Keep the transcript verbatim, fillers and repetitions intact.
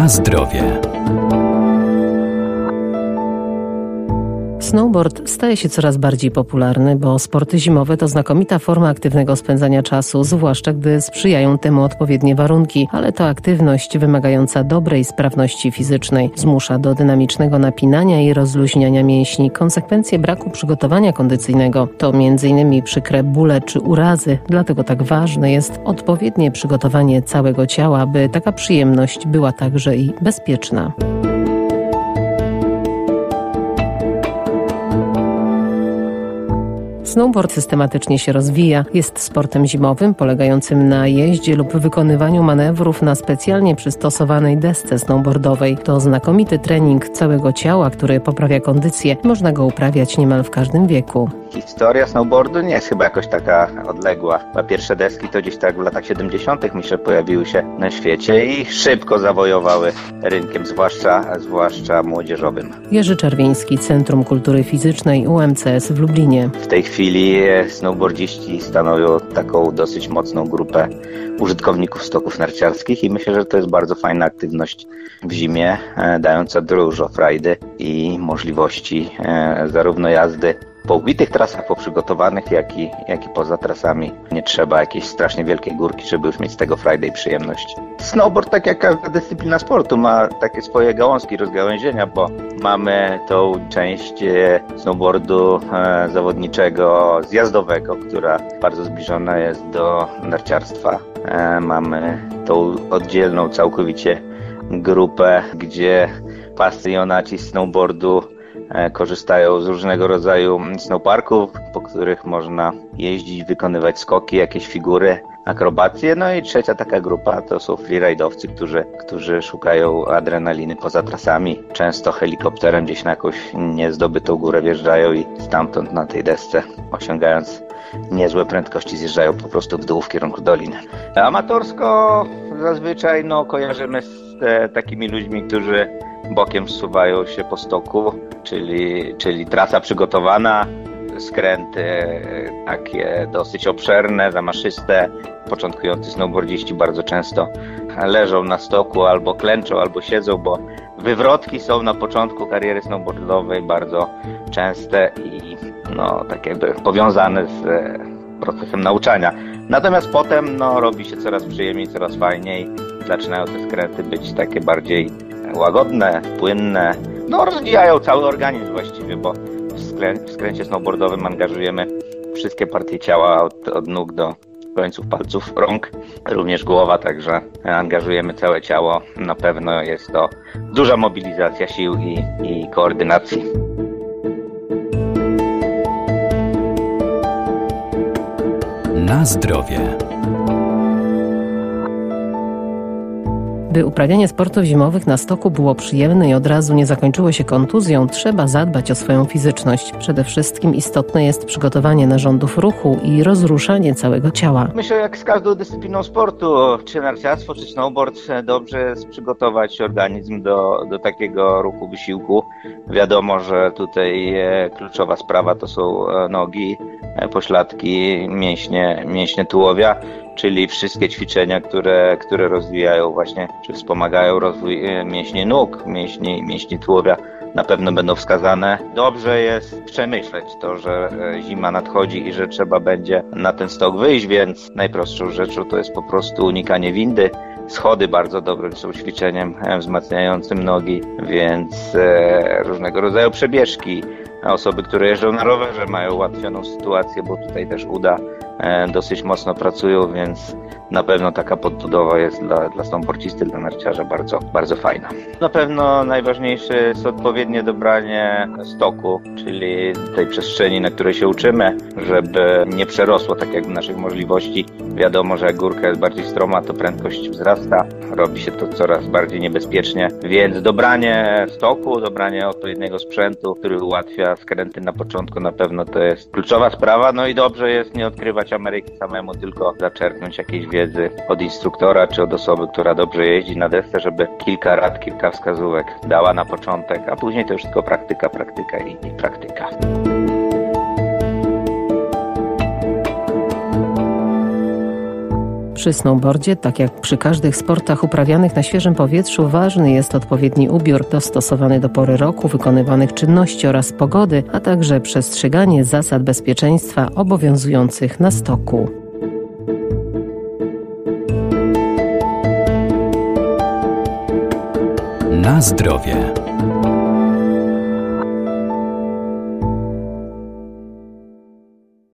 Na zdrowie. Snowboard staje się coraz bardziej popularny, bo sporty zimowe to znakomita forma aktywnego spędzania czasu, zwłaszcza gdy sprzyjają temu odpowiednie warunki, ale to aktywność wymagająca dobrej sprawności fizycznej. Zmusza do dynamicznego napinania i rozluźniania mięśni. Konsekwencje braku przygotowania kondycyjnego to między innymi przykre bóle czy urazy, dlatego tak ważne jest odpowiednie przygotowanie całego ciała, by taka przyjemność była także i bezpieczna. Snowboard systematycznie się rozwija. Jest sportem zimowym polegającym na jeździe lub wykonywaniu manewrów na specjalnie przystosowanej desce snowboardowej. To znakomity trening całego ciała, który poprawia kondycję. Można go uprawiać niemal w każdym wieku. Historia snowboardu nie jest chyba jakoś taka odległa. A pierwsze deski to gdzieś tak w latach siedemdziesiątych myślę pojawiły się na świecie i szybko zawojowały rynkiem, zwłaszcza, zwłaszcza młodzieżowym. Jerzy Czerwiński, Centrum Kultury Fizycznej U M C S w Lublinie. W tej chwili snowboardziści stanowią taką dosyć mocną grupę użytkowników stoków narciarskich i myślę, że to jest bardzo fajna aktywność w zimie, dająca dużo frajdy i możliwości zarówno jazdy po ubitych trasach, po przygotowanych, jak i, jak i poza trasami. Nie trzeba jakiejś strasznie wielkiej górki, żeby już mieć z tego frajdę i przyjemność. Snowboard, tak jak każda dyscyplina sportu, ma takie swoje gałązki, rozgałęzienia, bo mamy tą część snowboardu e, zawodniczego, zjazdowego, która bardzo zbliżona jest do narciarstwa. E, mamy tą oddzielną całkowicie grupę, gdzie pasjonaci snowboardu korzystają z różnego rodzaju snowparków, po których można jeździć, wykonywać skoki, jakieś figury, akrobacje. No i trzecia taka grupa to są freeride'owcy, którzy, którzy szukają adrenaliny poza trasami. Często helikopterem gdzieś na jakąś niezdobytą górę wjeżdżają i stamtąd na tej desce, osiągając niezłe prędkości, zjeżdżają po prostu w dół w kierunku doliny. Amatorsko zazwyczaj no, kojarzymy z e, takimi ludźmi, którzy bokiem zsuwają się po stoku, czyli, czyli trasa przygotowana, skręty takie dosyć obszerne, zamaszyste. Początkujący snowboardziści bardzo często leżą na stoku, albo klęczą, albo siedzą, bo wywrotki są na początku kariery snowboardowej bardzo częste i no, tak jakby powiązane z procesem nauczania. Natomiast potem no, robi się coraz przyjemniej, coraz fajniej. Zaczynają te skręty być takie bardziej łagodne, płynne, no rozwijają cały organizm właściwie, bo w, skrę- w skręcie snowboardowym angażujemy wszystkie partie ciała od, od nóg do końców palców rąk, również głowa, także angażujemy całe ciało. Na pewno jest to duża mobilizacja sił i, i koordynacji. Na zdrowie. By uprawianie sportów zimowych na stoku było przyjemne i od razu nie zakończyło się kontuzją, trzeba zadbać o swoją fizyczność. Przede wszystkim istotne jest przygotowanie narządów ruchu i rozruszanie całego ciała. Myślę, jak z każdą dyscypliną sportu, czy narciarstwo, czy snowboard, dobrze jest przygotować organizm do, do takiego ruchu, wysiłku. Wiadomo, że tutaj kluczowa sprawa to są nogi, pośladki, mięśnie, mięśnie tułowia, czyli wszystkie ćwiczenia, które, które rozwijają właśnie, czy wspomagają rozwój mięśni nóg, mięśni, mięśni tułowia, na pewno będą wskazane. Dobrze jest przemyśleć to, że zima nadchodzi i że trzeba będzie na ten stok wyjść, więc najprostszą rzeczą to jest po prostu unikanie windy. Schody bardzo dobrym są ćwiczeniem wzmacniającym nogi, więc e, różnego rodzaju przebieżki. Osoby, które jeżdżą na rowerze, mają ułatwioną sytuację, bo tutaj też uda e, dosyć mocno pracują, więc na pewno taka podbudowa jest dla, dla snowboardzisty, dla narciarza bardzo, bardzo fajna. Na pewno najważniejsze jest odpowiednie dobranie stoku, czyli tej przestrzeni, na której się uczymy, żeby nie przerosło tak jak naszych możliwości. Wiadomo, że jak górka jest bardziej stroma, to prędkość wzrasta, robi się to coraz bardziej niebezpiecznie, więc dobranie stoku, dobranie odpowiedniego sprzętu, który ułatwia skręty na początku, na pewno to jest kluczowa sprawa. No i dobrze jest nie odkrywać Ameryki samemu, tylko zaczerpnąć jakiejś wiedzy od instruktora czy od osoby, która dobrze jeździ na desce, żeby kilka rad, kilka wskazówek dała na początek, a później to już tylko praktyka, praktyka i, i praktyka. Przy snowboardzie, tak jak przy każdych sportach uprawianych na świeżym powietrzu, ważny jest odpowiedni ubiór dostosowany do pory roku, wykonywanych czynności oraz pogody, a także przestrzeganie zasad bezpieczeństwa obowiązujących na stoku. Na zdrowie.